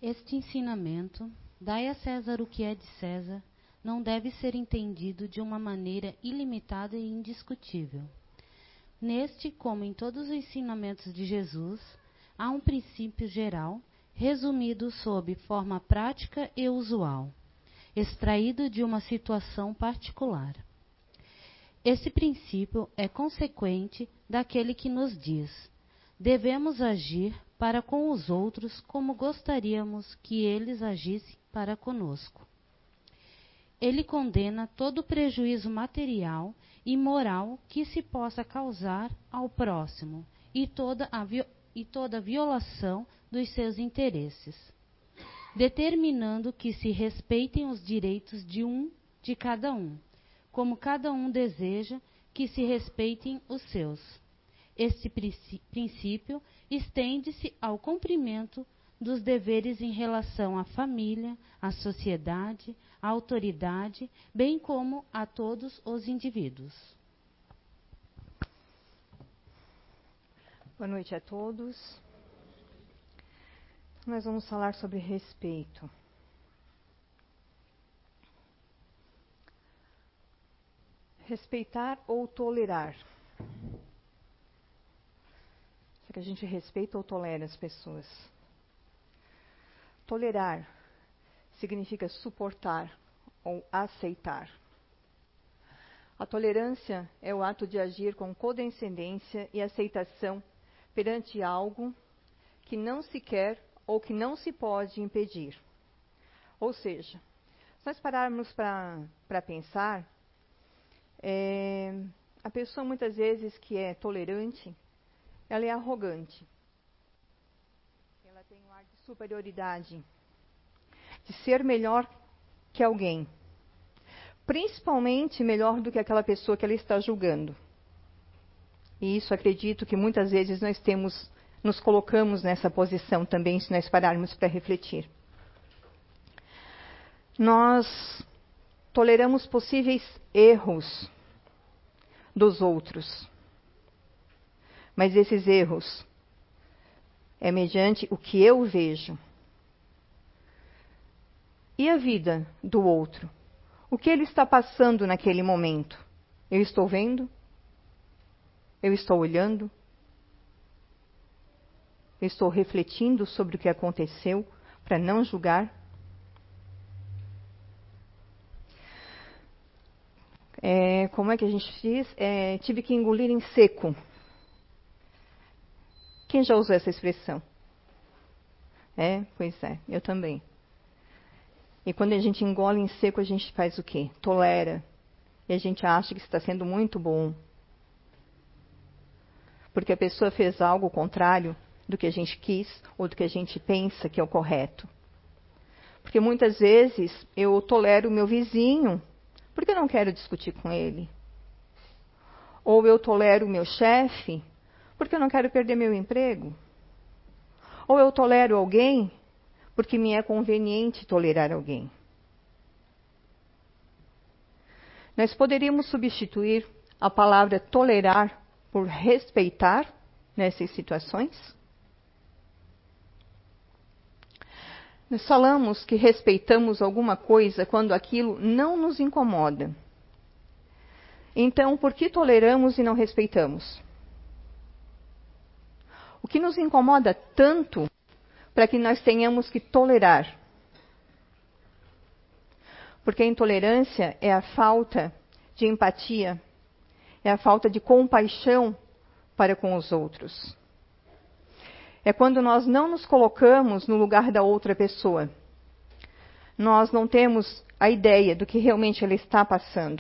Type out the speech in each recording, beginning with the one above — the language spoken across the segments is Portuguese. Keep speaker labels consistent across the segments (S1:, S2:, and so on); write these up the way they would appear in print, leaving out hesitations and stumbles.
S1: Este ensinamento, dai a César o que é de César, não deve ser entendido de uma maneira ilimitada e indiscutível. Neste, como em todos os ensinamentos de Jesus, há um princípio geral, resumido sob forma prática e usual, extraído de uma situação particular. Esse princípio é consequente daquele que nos diz: devemos agir para com os outros como gostaríamos que eles agissem para conosco. Ele condena todo prejuízo material e moral que se possa causar ao próximo e toda violação dos seus interesses, determinando que se respeitem os direitos de cada um, como cada um deseja que se respeitem os seus. Este princípio estende-se ao cumprimento dos deveres em relação à família, à sociedade, à autoridade, bem como a todos os indivíduos.
S2: Boa noite a todos. Nós vamos falar sobre respeito. Respeitar ou tolerar? Será que a gente respeita ou tolera as pessoas? Tolerar significa suportar ou aceitar. A tolerância é o ato de agir com condescendência e aceitação perante algo que não se quer ou que não se pode impedir. Ou seja, se nós pararmos para pensar, a pessoa muitas vezes que é tolerante, ela é arrogante. Ela tem um ar de superioridade, de ser melhor que alguém. Principalmente melhor do que aquela pessoa que ela está julgando. E isso acredito que muitas vezes nos colocamos nessa posição também, se nós pararmos para refletir. Nós toleramos possíveis erros dos outros. Mas esses erros é mediante o que eu vejo. E a vida do outro? O que ele está passando naquele momento? Eu estou vendo? Eu estou olhando? Eu estou refletindo sobre o que aconteceu para não julgar? Como é que a gente diz? Tive que engolir em seco. Quem já usou essa expressão? Pois é, eu também. E quando a gente engole em seco, a gente faz o quê? Tolera. E a gente acha que está sendo muito bom. Porque a pessoa fez algo contrário do que a gente quis ou do que a gente pensa que é o correto. Porque muitas vezes eu tolero o meu vizinho porque eu não quero discutir com ele. Ou eu tolero o meu chefe porque eu não quero perder meu emprego. Ou eu tolero alguém porque me é conveniente tolerar alguém. Nós poderíamos substituir a palavra tolerar por respeitar nessas situações? Nós falamos que respeitamos alguma coisa quando aquilo não nos incomoda. Então, por que toleramos e não respeitamos? O que nos incomoda tanto para que nós tenhamos que tolerar? Porque a intolerância é a falta de empatia, é a falta de compaixão para com os outros. É quando nós não nos colocamos no lugar da outra pessoa. Nós não temos a ideia do que realmente ela está passando.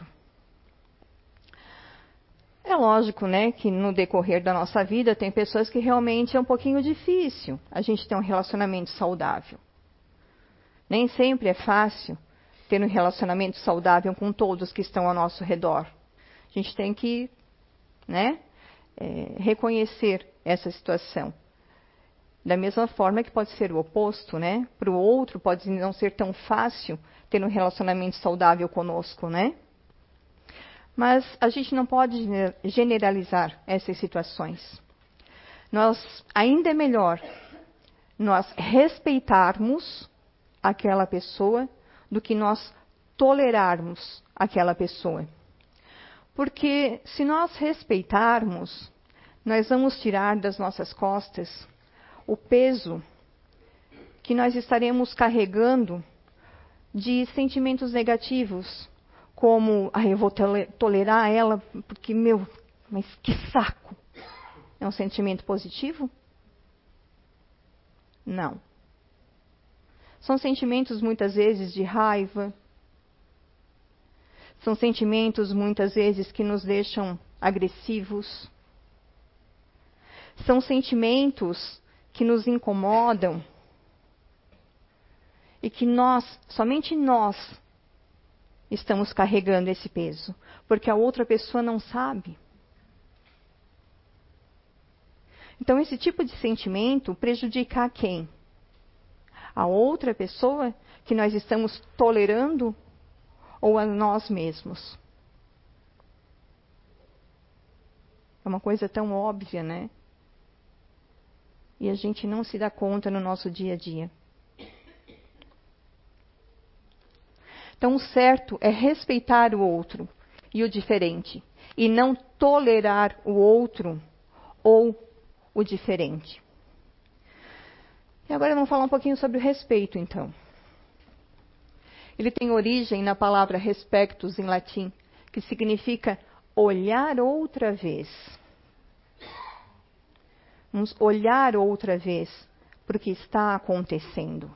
S2: É lógico, né, que no decorrer da nossa vida tem pessoas que realmente é um pouquinho difícil a gente ter um relacionamento saudável. Nem sempre é fácil ter um relacionamento saudável com todos que estão ao nosso redor. A gente tem que, reconhecer essa situação. Da mesma forma que pode ser o oposto, né? Para o outro pode não ser tão fácil ter um relacionamento saudável conosco, né? Mas a gente não pode generalizar essas situações. Ainda é melhor nós respeitarmos aquela pessoa do que nós tolerarmos aquela pessoa. Porque se nós respeitarmos, nós vamos tirar das nossas costas o peso que nós estaremos carregando de sentimentos negativos, como, eu vou tolerar ela porque, mas que saco. É um sentimento positivo? Não. São sentimentos muitas vezes de raiva. São sentimentos muitas vezes que nos deixam agressivos. São sentimentos que nos incomodam e que somente nós, estamos carregando esse peso, porque a outra pessoa não sabe. Então, esse tipo de sentimento prejudica a quem? A outra pessoa que nós estamos tolerando ou a nós mesmos? É uma coisa tão óbvia, né? E a gente não se dá conta no nosso dia a dia. Então, o certo é respeitar o outro e o diferente, e não tolerar o outro ou o diferente. E agora vamos falar um pouquinho sobre o respeito, então. Ele tem origem na palavra respectus, em latim, que significa olhar outra vez. Vamos olhar outra vez para o que está acontecendo.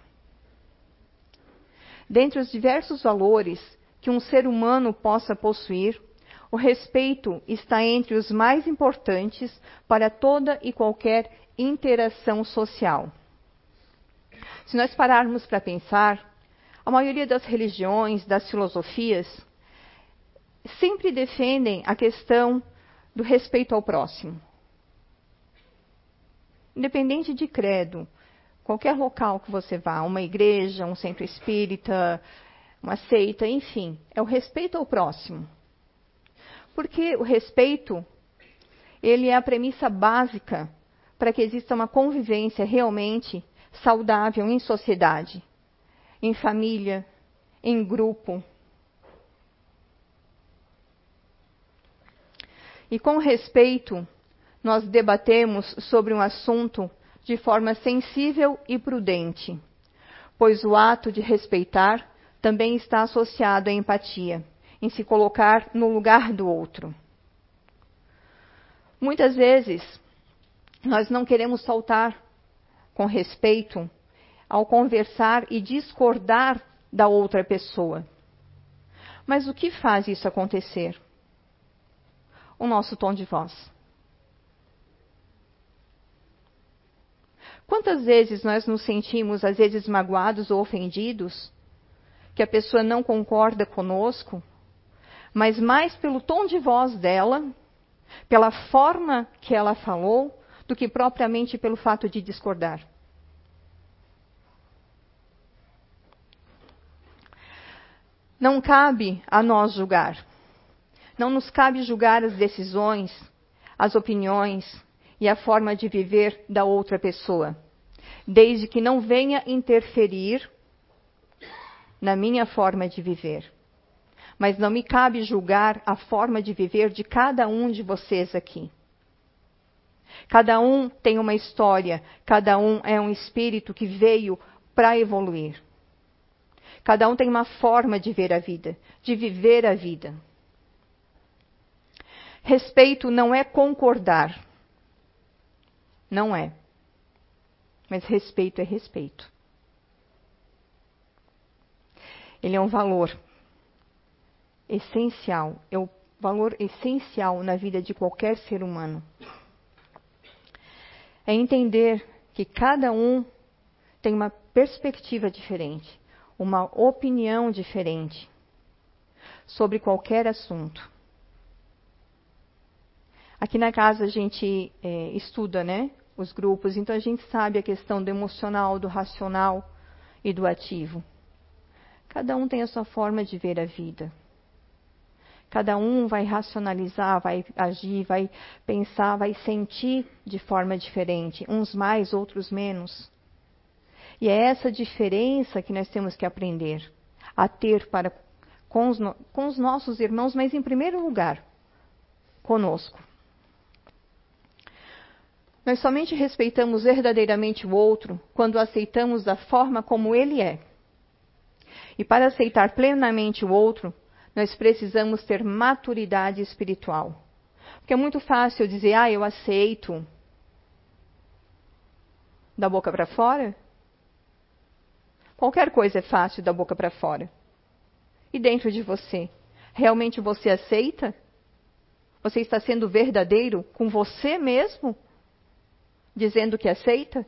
S2: Dentre os diversos valores que um ser humano possa possuir, o respeito está entre os mais importantes para toda e qualquer interação social. Se nós pararmos para pensar, a maioria das religiões, das filosofias, sempre defendem a questão do respeito ao próximo. Independente de credo, qualquer local que você vá, uma igreja, um centro espírita, uma seita, enfim, é o respeito ao próximo. Porque o respeito, ele é a premissa básica para que exista uma convivência realmente saudável em sociedade, em família, em grupo. E com respeito, nós debatemos sobre um assunto de forma sensível e prudente, pois o ato de respeitar também está associado à empatia, em se colocar no lugar do outro. Muitas vezes, nós não queremos faltar com respeito ao conversar e discordar da outra pessoa. Mas o que faz isso acontecer? O nosso tom de voz. Quantas vezes nós nos sentimos, às vezes, magoados ou ofendidos, que a pessoa não concorda conosco, mas mais pelo tom de voz dela, pela forma que ela falou, do que propriamente pelo fato de discordar. Não cabe a nós julgar. Não nos cabe julgar as decisões, as opiniões e a forma de viver da outra pessoa, desde que não venha interferir na minha forma de viver. Mas não me cabe julgar a forma de viver de cada um de vocês aqui. Cada um tem uma história, cada um é um espírito que veio para evoluir. Cada um tem uma forma de ver a vida, de viver a vida. Respeito não é concordar. Não é. Mas respeito é respeito. Ele é um valor essencial, é o valor essencial na vida de qualquer ser humano. É entender que cada um tem uma perspectiva diferente, uma opinião diferente sobre qualquer assunto. Aqui na casa a gente estuda, né, os grupos, então a gente sabe a questão do emocional, do racional e do ativo. Cada um tem a sua forma de ver a vida. Cada um vai racionalizar, vai agir, vai pensar, vai sentir de forma diferente, uns mais, outros menos. E é essa diferença que nós temos que aprender a ter com os nossos irmãos, mas em primeiro lugar, conosco. Nós somente respeitamos verdadeiramente o outro quando o aceitamos da forma como ele é. E para aceitar plenamente o outro, nós precisamos ter maturidade espiritual. Porque é muito fácil dizer, eu aceito, da boca para fora. Qualquer coisa é fácil da boca para fora. E dentro de você, realmente você aceita? Você está sendo verdadeiro com você mesmo? Dizendo que aceita?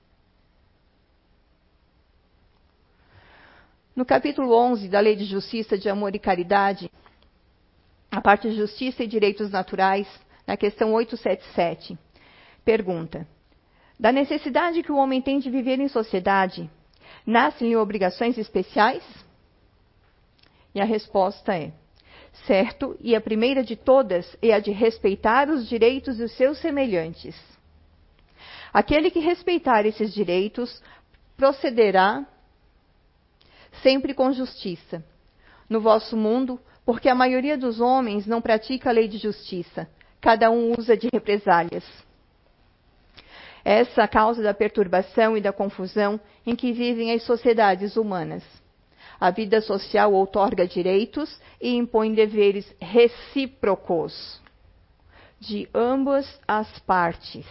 S2: No capítulo 11 da Lei de Justiça, de Amor e Caridade, a parte de Justiça e Direitos Naturais, na questão 877, pergunta: da necessidade que o homem tem de viver em sociedade, nascem-lhe obrigações especiais? E a resposta é: certo, e a primeira de todas é a de respeitar os direitos dos seus semelhantes. Aquele que respeitar esses direitos procederá sempre com justiça no vosso mundo, porque a maioria dos homens não pratica a lei de justiça, cada um usa de represálias. Essa é a causa da perturbação e da confusão em que vivem as sociedades humanas. A vida social outorga direitos e impõe deveres recíprocos de ambas as partes.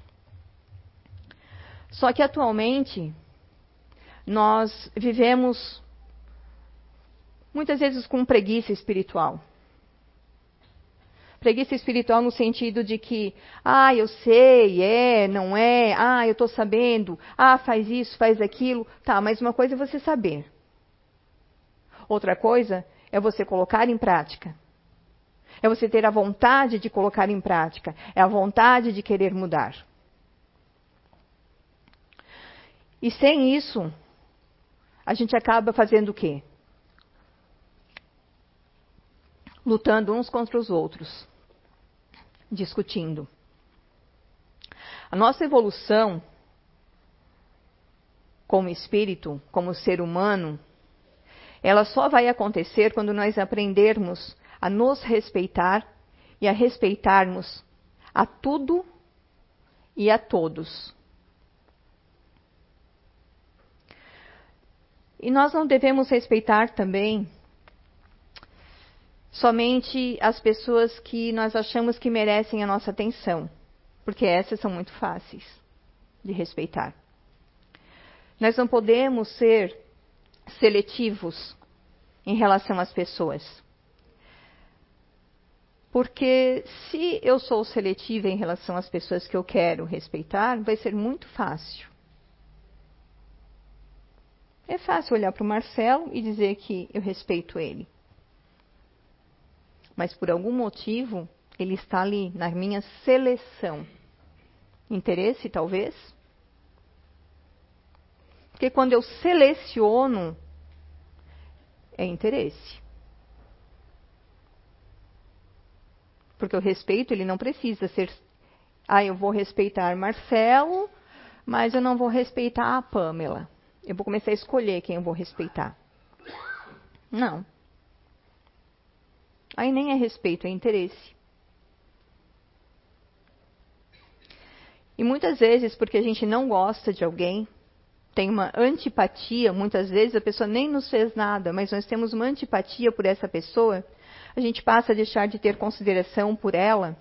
S2: Só que atualmente nós vivemos muitas vezes com preguiça espiritual. Preguiça espiritual no sentido de que, eu sei, não é, eu estou sabendo, faz isso, faz aquilo. Tá, mas uma coisa é você saber. Outra coisa é você colocar em prática. É você ter a vontade de colocar em prática. É a vontade de querer mudar. E sem isso, a gente acaba fazendo o quê? Lutando uns contra os outros. Discutindo. A nossa evolução como espírito, como ser humano, ela só vai acontecer quando nós aprendermos a nos respeitar e a respeitarmos a tudo e a todos. E nós não devemos respeitar também somente as pessoas que nós achamos que merecem a nossa atenção, porque essas são muito fáceis de respeitar. Nós não podemos ser seletivos em relação às pessoas. Porque se eu sou seletiva em relação às pessoas que eu quero respeitar, vai ser muito fácil. É fácil olhar para o Marcelo e dizer que eu respeito ele. Mas por algum motivo, ele está ali na minha seleção. Interesse, talvez? Porque quando eu seleciono, é interesse. Porque o respeito, ele não precisa ser... eu vou respeitar Marcelo, mas eu não vou respeitar a Pamela. Eu vou começar a escolher quem eu vou respeitar. Não. Aí nem é respeito, é interesse. E muitas vezes, porque a gente não gosta de alguém, tem uma antipatia, muitas vezes a pessoa nem nos fez nada, mas nós temos uma antipatia por essa pessoa, a gente passa a deixar de ter consideração por ela,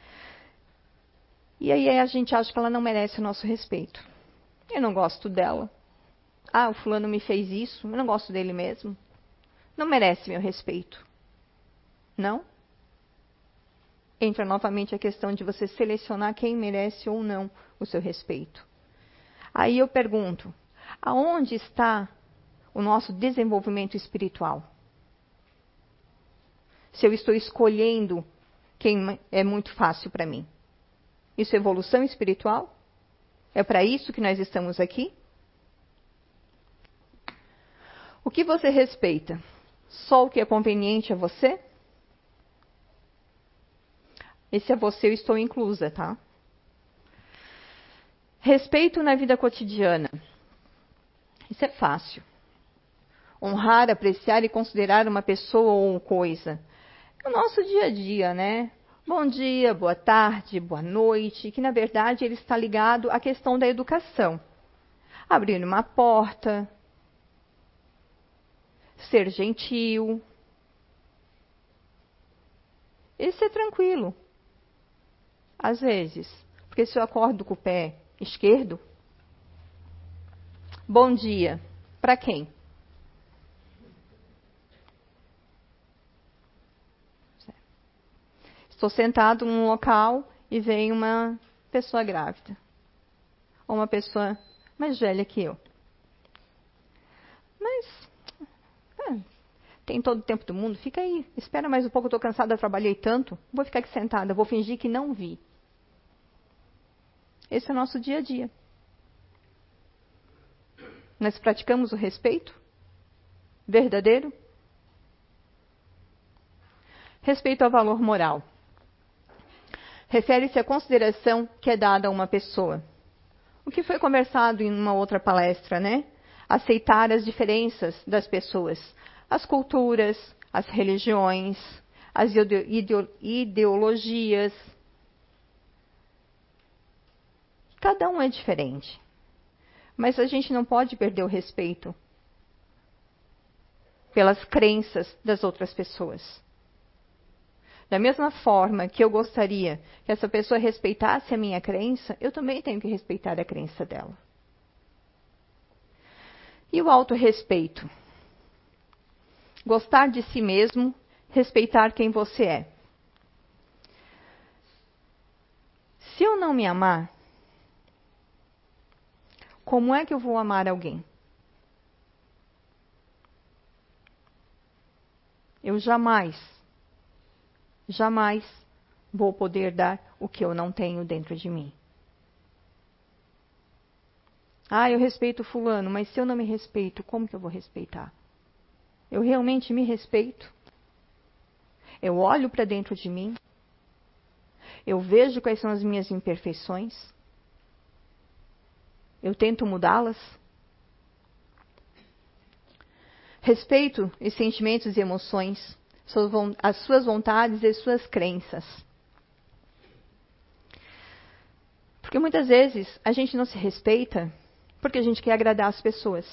S2: e aí a gente acha que ela não merece o nosso respeito. Eu não gosto dela. O fulano me fez isso, eu não gosto dele mesmo. Não merece meu respeito. Não? Entra novamente a questão de você selecionar quem merece ou não o seu respeito. Aí eu pergunto, aonde está o nosso desenvolvimento espiritual? Se eu estou escolhendo quem é muito fácil para mim. Isso é evolução espiritual? É para isso que nós estamos aqui? O que você respeita? Só o que é conveniente a você? Esse é você, eu estou inclusa, tá? Respeito na vida cotidiana. Isso é fácil. Honrar, apreciar e considerar uma pessoa ou coisa. É o nosso dia a dia, né? Bom dia, boa tarde, boa noite, que na verdade ele está ligado à questão da educação. Abrir uma porta, ser gentil. Isso é tranquilo. Às vezes. Porque se eu acordo com o pé esquerdo, bom dia, para quem? Estou sentado num local e vem uma pessoa grávida. Ou uma pessoa mais velha que eu. Mas, tem todo o tempo do mundo, fica aí. Espera mais um pouco, estou cansada, trabalhei tanto. Vou ficar aqui sentada, vou fingir que não vi. Esse é o nosso dia a dia. Nós praticamos o respeito verdadeiro? Respeito ao valor moral. Refere-se à consideração que é dada a uma pessoa. O que foi conversado em uma outra palestra, né? Aceitar as diferenças das pessoas, as culturas, as religiões, as ideologias. Cada um é diferente. Mas a gente não pode perder o respeito pelas crenças das outras pessoas. Da mesma forma que eu gostaria que essa pessoa respeitasse a minha crença, eu também tenho que respeitar a crença dela. E o autorrespeito? Gostar de si mesmo, respeitar quem você é. Se eu não me amar, como é que eu vou amar alguém? Eu jamais vou poder dar o que eu não tenho dentro de mim. Eu respeito fulano, mas se eu não me respeito, como que eu vou respeitar? Eu realmente me respeito? Eu olho para dentro de mim? Eu vejo quais são as minhas imperfeições? Eu tento mudá-las? Respeito os sentimentos e emoções, as suas vontades e as suas crenças. Porque muitas vezes a gente não se respeita porque a gente quer agradar as pessoas.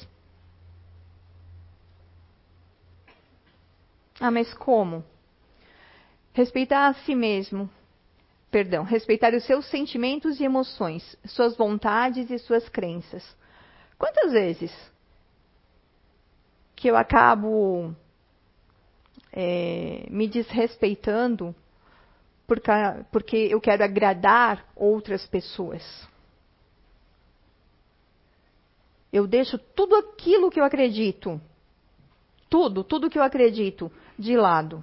S2: Mas como? Respeitar os seus sentimentos e emoções, suas vontades e suas crenças. Quantas vezes que eu acabo me desrespeitando porque eu quero agradar outras pessoas? Eu deixo tudo aquilo que eu acredito, tudo que eu acredito, de lado.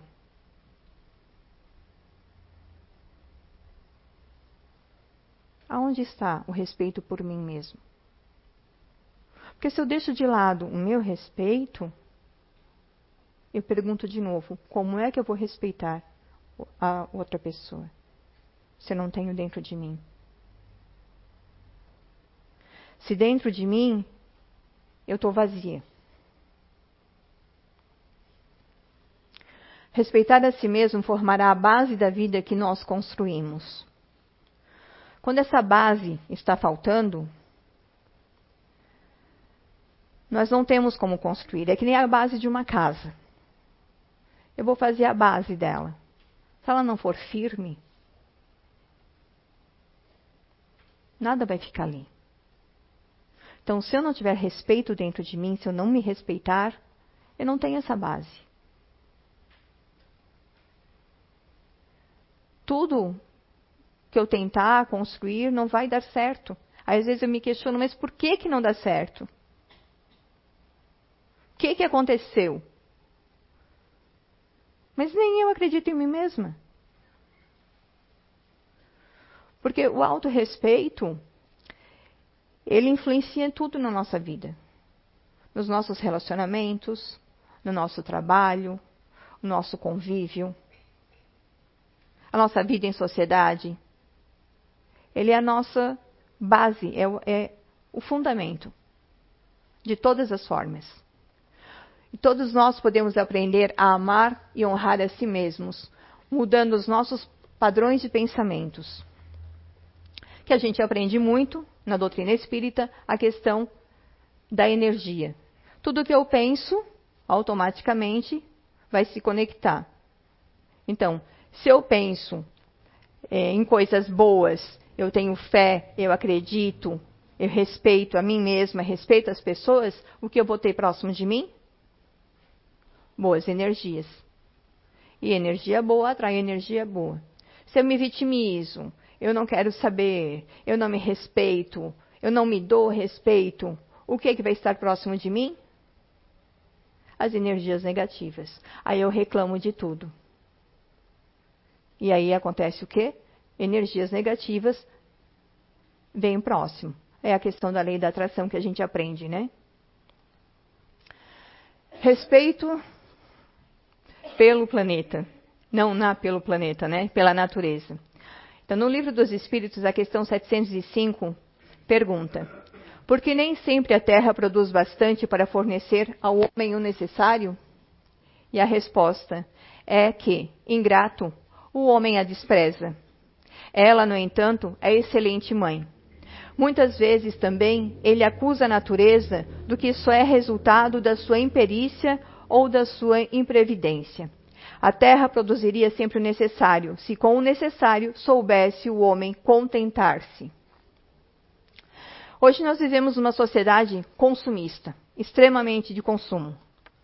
S2: Aonde está o respeito por mim mesmo? Porque se eu deixo de lado o meu respeito, eu pergunto de novo, como é que eu vou respeitar a outra pessoa se eu não tenho dentro de mim? Se dentro de mim eu estou vazia. Respeitar a si mesmo formará a base da vida que nós construímos. Quando essa base está faltando, nós não temos como construir. É que nem a base de uma casa. Eu vou fazer a base dela. Se ela não for firme, nada vai ficar ali. Então, se eu não tiver respeito dentro de mim, se eu não me respeitar, eu não tenho essa base. Tudo que eu tentar construir não vai dar certo. Às vezes eu me questiono, mas por que não dá certo? O que aconteceu? Mas nem eu acredito em mim mesma. Porque o autorrespeito, ele influencia tudo na nossa vida. Nos nossos relacionamentos, no nosso trabalho, no nosso convívio, a nossa vida em sociedade. Ele é a nossa base, é o fundamento de todas as formas. E todos nós podemos aprender a amar e honrar a si mesmos, mudando os nossos padrões de pensamentos. Que a gente aprende muito na doutrina espírita a questão da energia. Tudo que eu penso, automaticamente, vai se conectar. Então, se eu penso em coisas boas, eu tenho fé, eu acredito, eu respeito a mim mesma, respeito as pessoas, o que eu vou ter próximo de mim? Boas energias. E energia boa atrai energia boa. Se eu me vitimizo, eu não quero saber, eu não me respeito, eu não me dou respeito, o que vai estar próximo de mim? As energias negativas. Aí eu reclamo de tudo. E aí acontece o quê? Energias negativas vêm próximo. É a questão da lei da atração que a gente aprende, né? Respeito pelo planeta. Não pelo planeta, né? Pela natureza. Então, no Livro dos Espíritos, a questão 705 pergunta: por que nem sempre a Terra produz bastante para fornecer ao homem o necessário? E a resposta é que, ingrato, o homem a despreza. Ela, no entanto, é excelente mãe. Muitas vezes também ele acusa a natureza do que só é resultado da sua imperícia ou da sua imprevidência. A terra produziria sempre o necessário, se com o necessário soubesse o homem contentar-se. Hoje nós vivemos uma sociedade consumista, extremamente de consumo.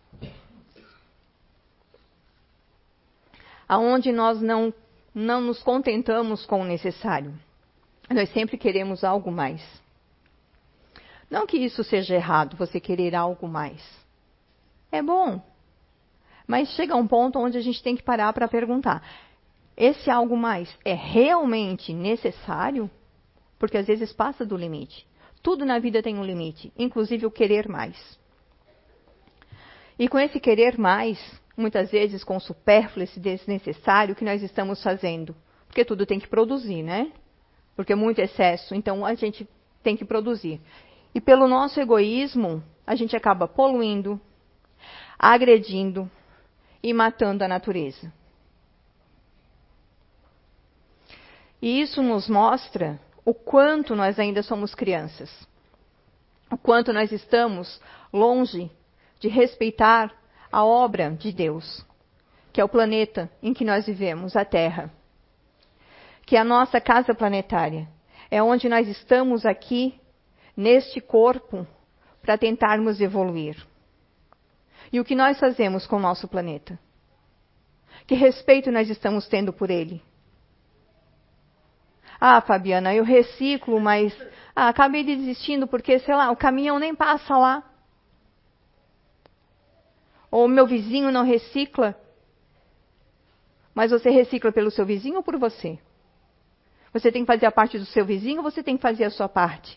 S2: Aonde nós não nos contentamos com o necessário. Nós sempre queremos algo mais. Não que isso seja errado, você querer algo mais. É bom. Mas chega um ponto onde a gente tem que parar para perguntar: esse algo mais é realmente necessário? Porque às vezes passa do limite. Tudo na vida tem um limite, inclusive o querer mais. E com esse querer mais, muitas vezes com o supérfluo, esse desnecessário, que nós estamos fazendo? Porque tudo tem que produzir, né? Porque muito excesso, então a gente tem que produzir. E pelo nosso egoísmo, a gente acaba poluindo, agredindo e matando a natureza. E isso nos mostra o quanto nós ainda somos crianças. O quanto nós estamos longe de respeitar a obra de Deus, que é o planeta em que nós vivemos, a Terra. Que é a nossa casa planetária. É onde nós estamos aqui, neste corpo, para tentarmos evoluir. E o que nós fazemos com o nosso planeta? Que respeito nós estamos tendo por ele? Ah, Fabiana, eu reciclo, mas acabei desistindo porque, sei lá, o caminhão nem passa lá. Ou meu vizinho não recicla. Mas você recicla pelo seu vizinho ou por você? Você tem que fazer a parte do seu vizinho ou você tem que fazer a sua parte?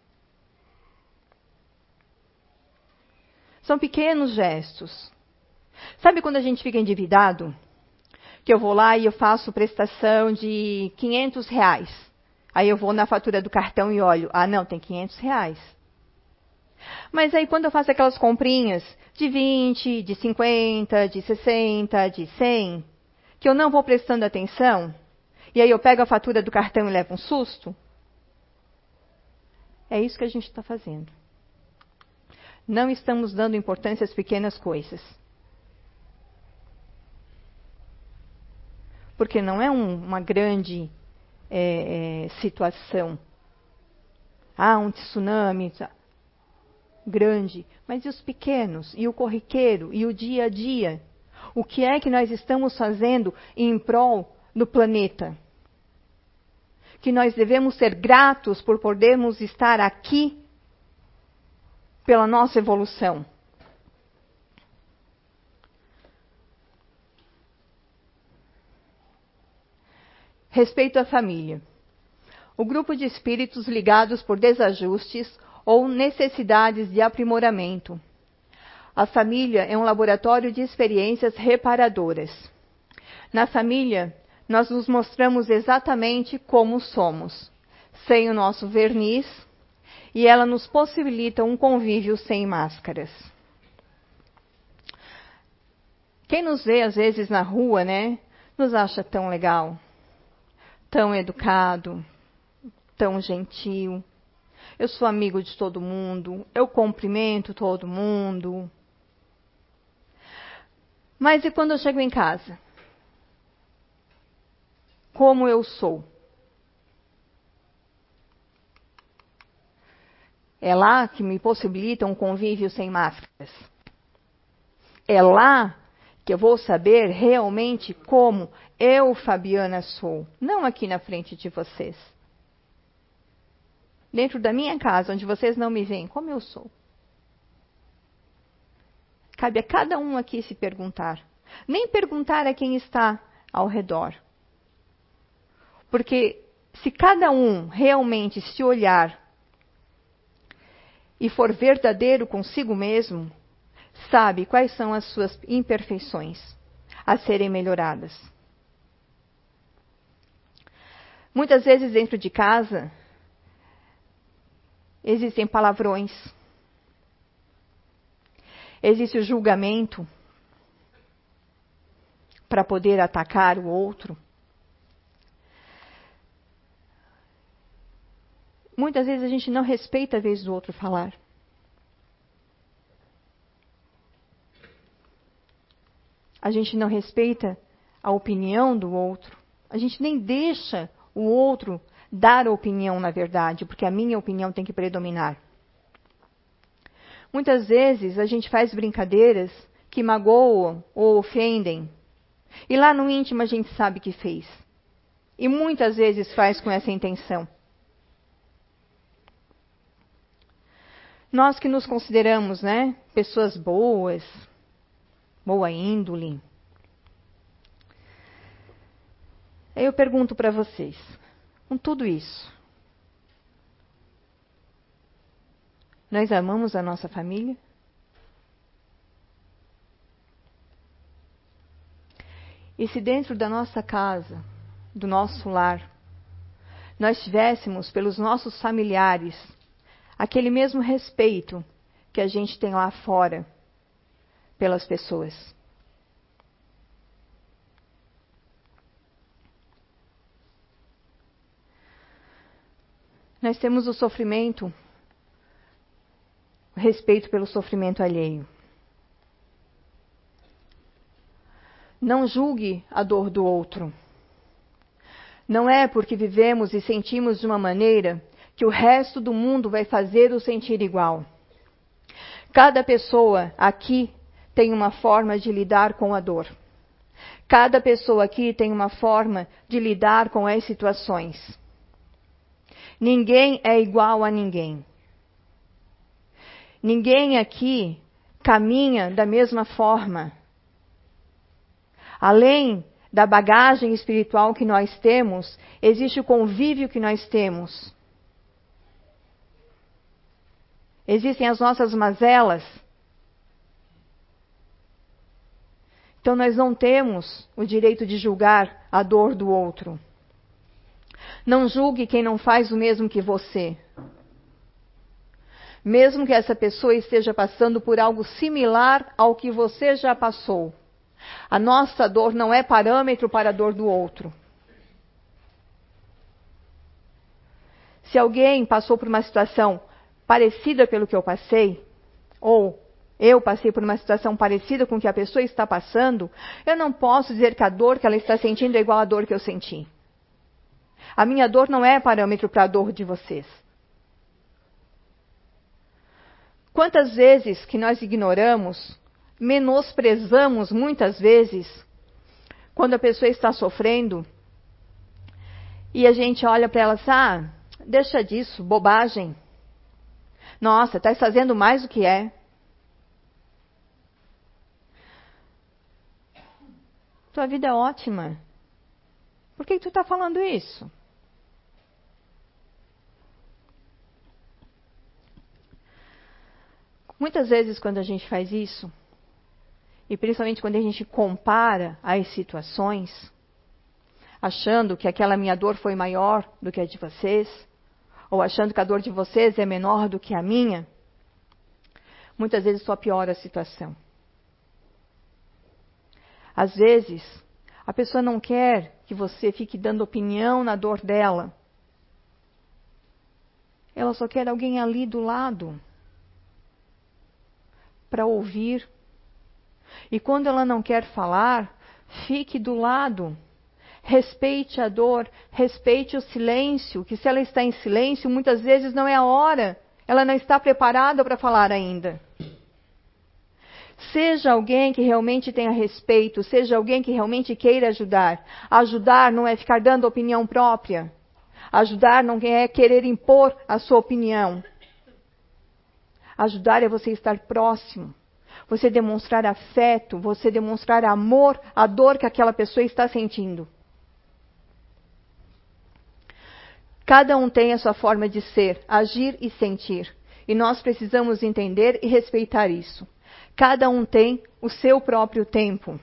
S2: São pequenos gestos. Sabe quando a gente fica endividado? Que eu vou lá e eu faço prestação de R$500. Aí eu vou na fatura do cartão e olho. Ah, não, tem R$500. Mas aí quando eu faço aquelas comprinhas de 20, de 50, de 60, de 100, que eu não vou prestando atenção, e aí eu pego a fatura do cartão e levo um susto, é isso que a gente está fazendo. Não estamos dando importância às pequenas coisas. Porque não é uma grande situação. Um tsunami grande. Mas e os pequenos? E o corriqueiro? E o dia a dia? O que é que nós estamos fazendo em prol do planeta? Que nós devemos ser gratos por podermos estar aqui pela nossa evolução. Respeito à família. O grupo de espíritos ligados por desajustes ou necessidades de aprimoramento. A família é um laboratório de experiências reparadoras. Na família, nós nos mostramos exatamente como somos, sem o nosso verniz e ela nos possibilita um convívio sem máscaras. Quem nos vê, às vezes, na rua, né, nos acha tão legal, tão educado, tão gentil. Eu sou amigo de todo mundo, eu cumprimento todo mundo. Mas e quando eu chego em casa? Como eu sou? É lá que me possibilita um convívio sem máscaras. É lá que eu vou saber realmente como eu, Fabiana, sou. Não aqui na frente de vocês. Dentro da minha casa, onde vocês não me veem, como eu sou. Cabe a cada um aqui se perguntar. Nem perguntar a quem está ao redor. Porque se cada um realmente se olhar e for verdadeiro consigo mesmo, sabe quais são as suas imperfeições a serem melhoradas. Muitas vezes dentro de casa existem palavrões, existe o julgamento para poder atacar o outro. Muitas vezes a gente não respeita a vez do outro falar. A gente não respeita a opinião do outro. A gente nem deixa o outro dar a opinião, na verdade, porque a minha opinião tem que predominar. Muitas vezes a gente faz brincadeiras que magoam ou ofendem. E lá no íntimo a gente sabe que fez. E muitas vezes faz com essa intenção. Nós que nos consideramos, né, pessoas boas, boa índole. Eu pergunto para vocês, com tudo isso, nós amamos a nossa família? E se dentro da nossa casa, do nosso lar, nós tivéssemos pelos nossos familiares aquele mesmo respeito que a gente tem lá fora pelas pessoas? Nós temos o sofrimento, o respeito pelo sofrimento alheio. Não julgue a dor do outro. Não é porque vivemos e sentimos de uma maneira que o resto do mundo vai fazer-o sentir igual. Cada pessoa aqui tem uma forma de lidar com a dor. Cada pessoa aqui tem uma forma de lidar com as situações. Ninguém é igual a ninguém. Ninguém aqui caminha da mesma forma. Além da bagagem espiritual que nós temos, existe o convívio que nós temos. Existem as nossas mazelas. Então nós não temos o direito de julgar a dor do outro. Não julgue quem não faz o mesmo que você. Mesmo que essa pessoa esteja passando por algo similar ao que você já passou. A nossa dor não é parâmetro para a dor do outro. Se alguém passou por uma situação parecida pelo que eu passei, ou eu passei por uma situação parecida com o que a pessoa está passando, eu não posso dizer que a dor que ela está sentindo é igual à dor que eu senti. A minha dor não é parâmetro para a dor de vocês. Quantas vezes que nós ignoramos, menosprezamos muitas vezes, quando a pessoa está sofrendo, e a gente olha para ela e diz, deixa disso, bobagem. Nossa, está fazendo mais do que é. Tua vida é ótima. Por que tu está falando isso? Muitas vezes quando a gente faz isso, e principalmente quando a gente compara as situações, achando que aquela minha dor foi maior do que a de vocês, ou achando que a dor de vocês é menor do que a minha, muitas vezes só piora a situação. Às vezes, a pessoa não quer que você fique dando opinião na dor dela. Ela só quer alguém ali do lado para ouvir. E quando ela não quer falar, fique do lado. Respeite a dor, respeite o silêncio, que se ela está em silêncio, muitas vezes não é a hora. Ela não está preparada para falar ainda. Seja alguém que realmente tenha respeito, seja alguém que realmente queira ajudar. Ajudar não é ficar dando opinião própria. Ajudar não é querer impor a sua opinião. Ajudar é você estar próximo. Você demonstrar afeto, você demonstrar amor à dor que aquela pessoa está sentindo. Cada um tem a sua forma de ser, agir e sentir. E nós precisamos entender e respeitar isso. Cada um tem o seu próprio tempo.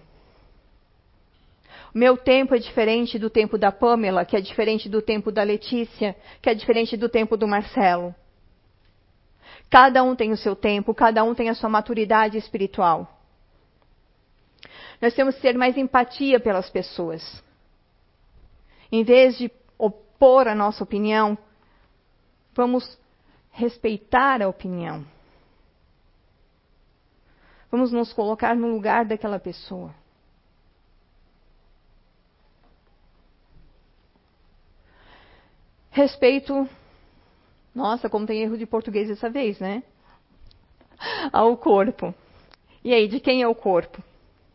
S2: O meu tempo é diferente do tempo da Pamela, que é diferente do tempo da Letícia, que é diferente do tempo do Marcelo. Cada um tem o seu tempo, cada um tem a sua maturidade espiritual. Nós temos que ter mais empatia pelas pessoas. Em vez de opor a nossa opinião, vamos respeitar a opinião. Vamos nos colocar no lugar daquela pessoa. Respeito. Nossa, como tem erro de português dessa vez, né? Ao corpo. E aí, de quem é o corpo?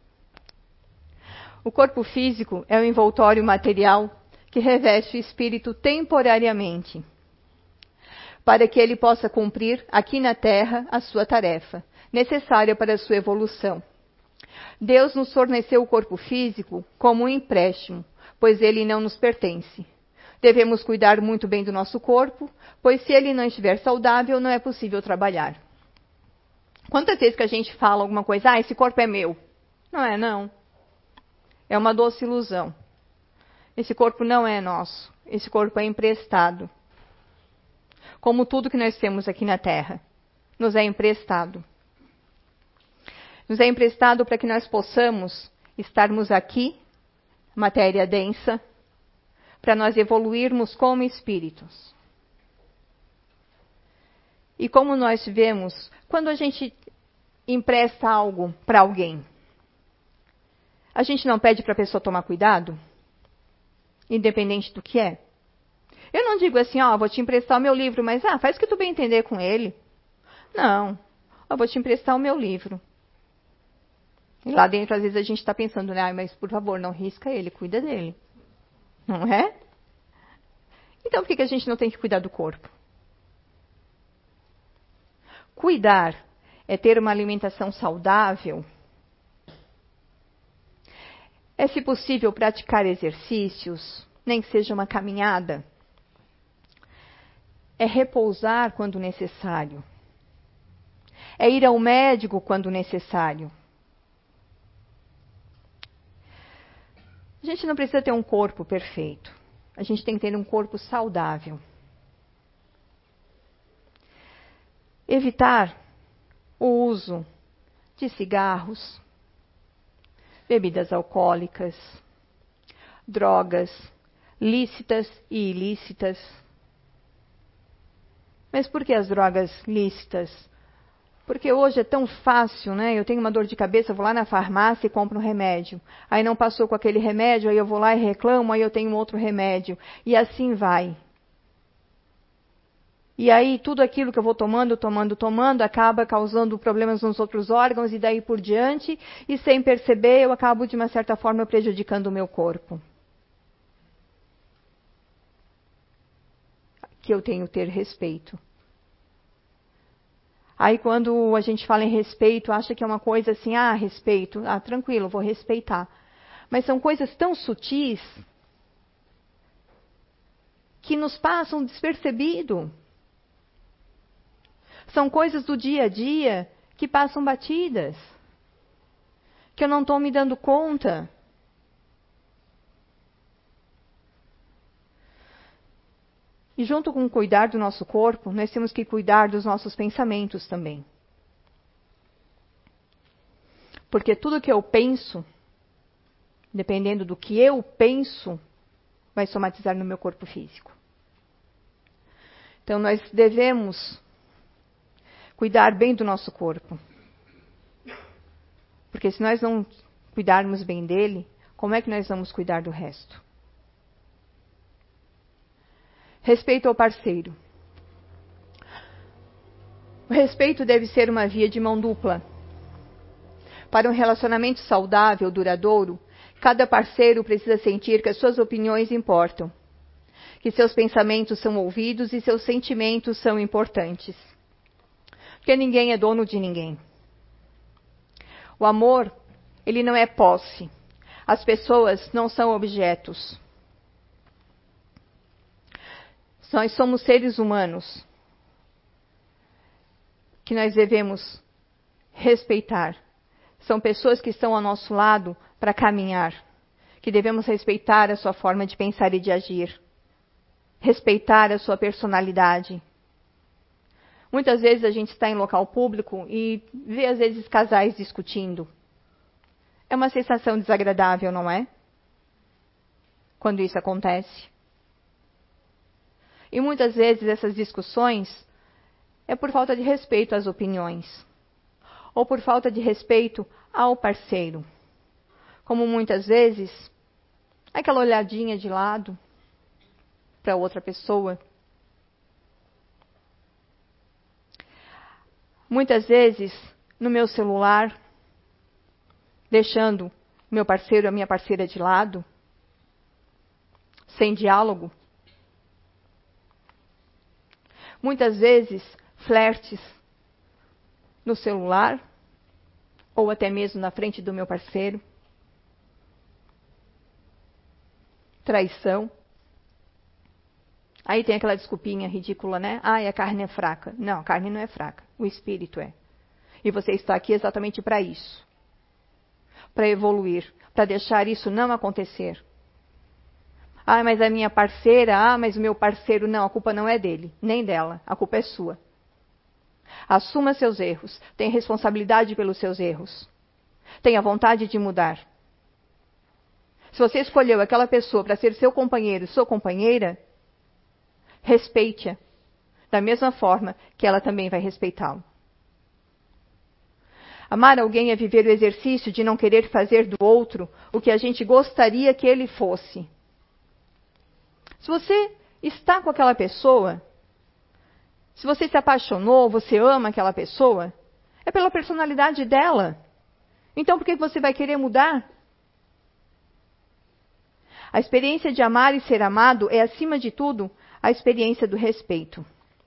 S2: O corpo físico é o envoltório material que reveste o espírito temporariamente, para que ele possa cumprir aqui na Terra a sua tarefa, necessária para a sua evolução. Deus nos forneceu o corpo físico como um empréstimo, pois ele não nos pertence. Devemos cuidar muito bem do nosso corpo, pois se ele não estiver saudável, não é possível trabalhar. Quantas vezes que a gente fala alguma coisa, esse corpo é meu? Não é, não. É uma doce ilusão. Esse corpo não é nosso. Esse corpo é emprestado. Como tudo que nós temos aqui na Terra, nos é emprestado. Nos é emprestado para que nós possamos estarmos aqui, matéria densa, para nós evoluirmos como espíritos. E como nós vemos, quando a gente empresta algo para alguém, a gente não pede para a pessoa tomar cuidado? Independente do que é? Eu não digo assim, vou te emprestar o meu livro, mas faz o que tu bem entender com ele. Não, vou te emprestar o meu livro. E lá dentro, às vezes, a gente está pensando, mas por favor, não risca ele, cuida dele. Não é? Então, por que a gente não tem que cuidar do corpo? Cuidar é ter uma alimentação saudável. É, se possível, praticar exercícios, nem que seja uma caminhada. É repousar quando necessário. É ir ao médico quando necessário. A gente não precisa ter um corpo perfeito. A gente tem que ter um corpo saudável. Evitar o uso de cigarros, bebidas alcoólicas, drogas, lícitas e ilícitas. Mas por que as drogas lícitas? Porque hoje é tão fácil, né? Eu tenho uma dor de cabeça, eu vou lá na farmácia e compro um remédio. Aí não passou com aquele remédio, aí eu vou lá e reclamo, aí eu tenho outro remédio. E assim vai. E aí tudo aquilo que eu vou tomando, acaba causando problemas nos outros órgãos e daí por diante. E sem perceber, eu acabo de uma certa forma prejudicando o meu corpo. Que eu tenho que ter respeito. Aí quando a gente fala em respeito, acha que é uma coisa assim, respeito, tranquilo, vou respeitar. Mas são coisas tão sutis que nos passam despercebido. São coisas do dia a dia que passam batidas, que eu não estou me dando conta. E junto com cuidar do nosso corpo, nós temos que cuidar dos nossos pensamentos também. Porque tudo que eu penso, dependendo do que eu penso, vai somatizar no meu corpo físico. Então nós devemos cuidar bem do nosso corpo. Porque se nós não cuidarmos bem dele, como é que nós vamos cuidar do resto? Respeito ao parceiro. O respeito deve ser uma via de mão dupla. Para um relacionamento saudável, duradouro, cada parceiro precisa sentir que as suas opiniões importam, que seus pensamentos são ouvidos e seus sentimentos são importantes. Porque ninguém é dono de ninguém. O amor, ele não é posse. As pessoas não são objetos. Nós somos seres humanos que nós devemos respeitar. São pessoas que estão ao nosso lado para caminhar, que devemos respeitar a sua forma de pensar e de agir, respeitar a sua personalidade. Muitas vezes a gente está em local público e vê às vezes casais discutindo. É uma sensação desagradável, não é? Quando isso acontece. E muitas vezes essas discussões é por falta de respeito às opiniões, ou por falta de respeito ao parceiro. Como muitas vezes, aquela olhadinha de lado para outra pessoa. Muitas vezes, no meu celular, deixando meu parceiro, a minha parceira de lado, sem diálogo. Muitas vezes, flertes no celular, ou até mesmo na frente do meu parceiro. Traição. Aí tem aquela desculpinha ridícula, né? A carne é fraca. Não, a carne não é fraca. O espírito é. E você está aqui exatamente para isso. Para evoluir. Para deixar isso não acontecer. Mas a minha parceira, mas o meu parceiro. Não, a culpa não é dele, nem dela. A culpa é sua. Assuma seus erros. Tenha responsabilidade pelos seus erros. Tenha vontade de mudar. Se você escolheu aquela pessoa para ser seu companheiro, sua companheira, respeite-a. Da mesma forma que ela também vai respeitá-lo. Amar alguém é viver o exercício de não querer fazer do outro o que a gente gostaria que ele fosse. Se você está com aquela pessoa, se você se apaixonou, você ama aquela pessoa, é pela personalidade dela. Então por que você vai querer mudar? A experiência de amar e ser amado é, acima de tudo, a experiência do respeito.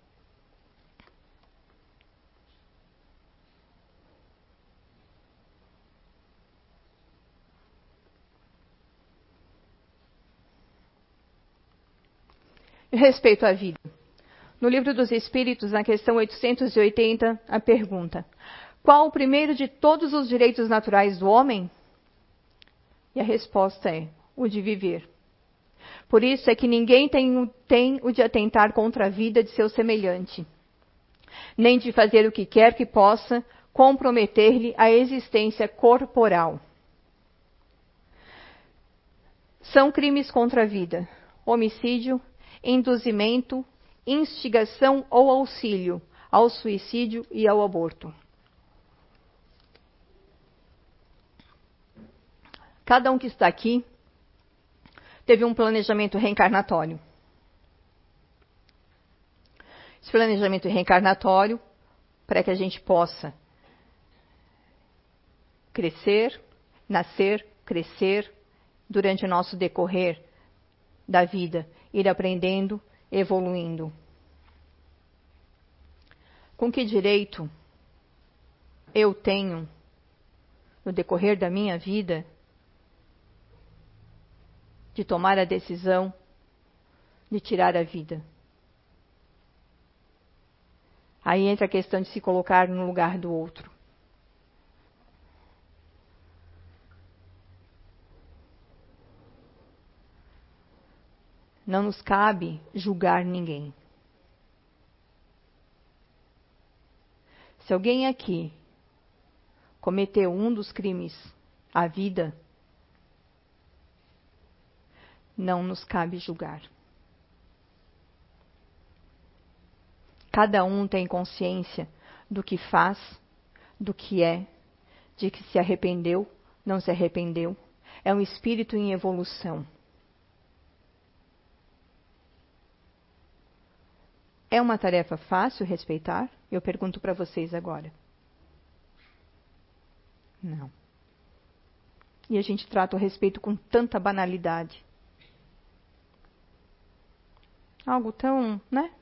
S2: E respeito à vida. No Livro dos Espíritos, na questão 880, a pergunta: qual o primeiro de todos os direitos naturais do homem? E a resposta é: o de viver. Por isso é que ninguém tem o de atentar contra a vida de seu semelhante, nem de fazer o que quer que possa comprometer-lhe a existência corporal. São crimes contra a vida: homicídio, induzimento, instigação ou auxílio ao suicídio e ao aborto. Cada um que está aqui teve um planejamento reencarnatório. Esse planejamento reencarnatório, para que a gente possa crescer, nascer, crescer, durante o nosso decorrer da vida, ir aprendendo, evoluindo. Com que direito eu tenho, no decorrer da minha vida, de tomar a decisão de tirar a vida? Aí entra a questão de se colocar no lugar do outro. não nos cabe julgar ninguém. Se alguém aqui cometeu um dos crimes à vida, não nos cabe julgar. Cada um tem consciência do que faz, do que é, de que se arrependeu, não se arrependeu. É um espírito em evolução. É uma tarefa fácil respeitar? Eu pergunto para vocês agora. Não. E a gente trata o respeito com tanta banalidade. Algo tão, né?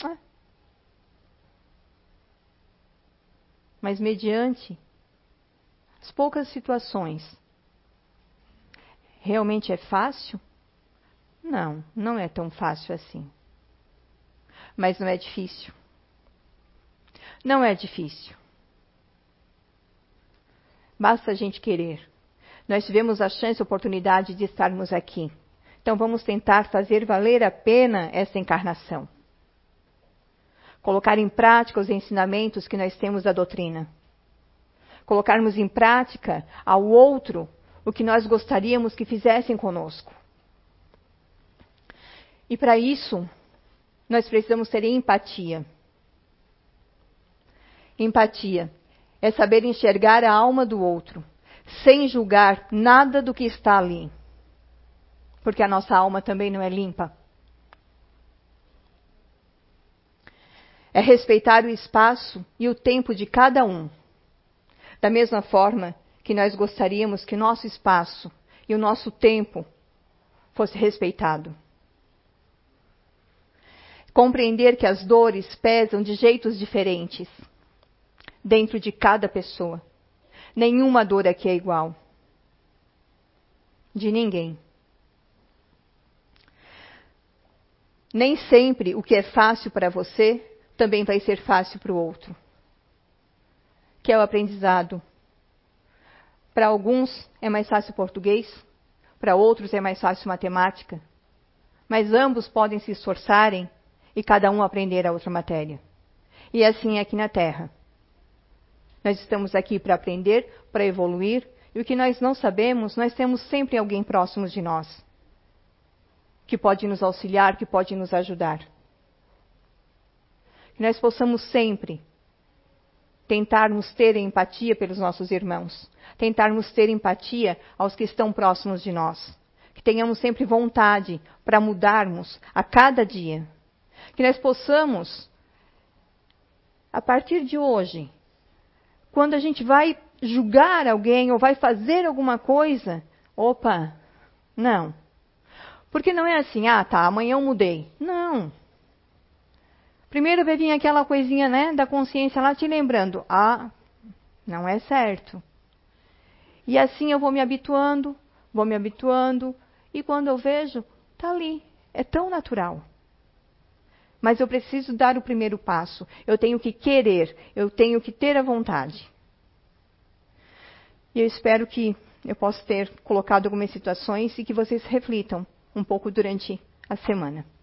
S2: Mas mediante as poucas situações, realmente é fácil? Não, não é tão fácil assim. Mas não é difícil. Não é difícil. Basta a gente querer. Nós tivemos a chance e a oportunidade de estarmos aqui. Então vamos tentar fazer valer a pena essa encarnação. Colocar em prática os ensinamentos que nós temos da doutrina. Colocarmos em prática ao outro o que nós gostaríamos que fizessem conosco. E para isso, nós precisamos ter empatia. Empatia é saber enxergar a alma do outro, sem julgar nada do que está ali. Porque a nossa alma também não é limpa. É respeitar o espaço e o tempo de cada um. Da mesma forma que nós gostaríamos que o nosso espaço e o nosso tempo fosse respeitado. Compreender que as dores pesam de jeitos diferentes dentro de cada pessoa. Nenhuma dor aqui é igual. De ninguém. Nem sempre o que é fácil para você também vai ser fácil para o outro. Que é o aprendizado. Para alguns é mais fácil português, para outros é mais fácil matemática. Mas ambos podem se esforçarem e cada um aprender a outra matéria. E assim é aqui na Terra. Nós estamos aqui para aprender, para evoluir, e o que nós não sabemos, nós temos sempre alguém próximo de nós, que pode nos auxiliar, que pode nos ajudar. Que nós possamos sempre tentarmos ter empatia pelos nossos irmãos, tentarmos ter empatia aos que estão próximos de nós, que tenhamos sempre vontade para mudarmos a cada dia, que nós possamos, a partir de hoje, quando a gente vai julgar alguém ou vai fazer alguma coisa, opa, não. Porque não é assim, amanhã eu mudei. Não. Primeiro vai vir aquela coisinha, né, da consciência lá te lembrando, não é certo. E assim eu vou me habituando, e quando eu vejo, tá ali, é tão natural. Mas eu preciso dar o primeiro passo. Eu tenho que querer, eu tenho que ter a vontade. E eu espero que eu possa ter colocado algumas situações e que vocês reflitam um pouco durante a semana.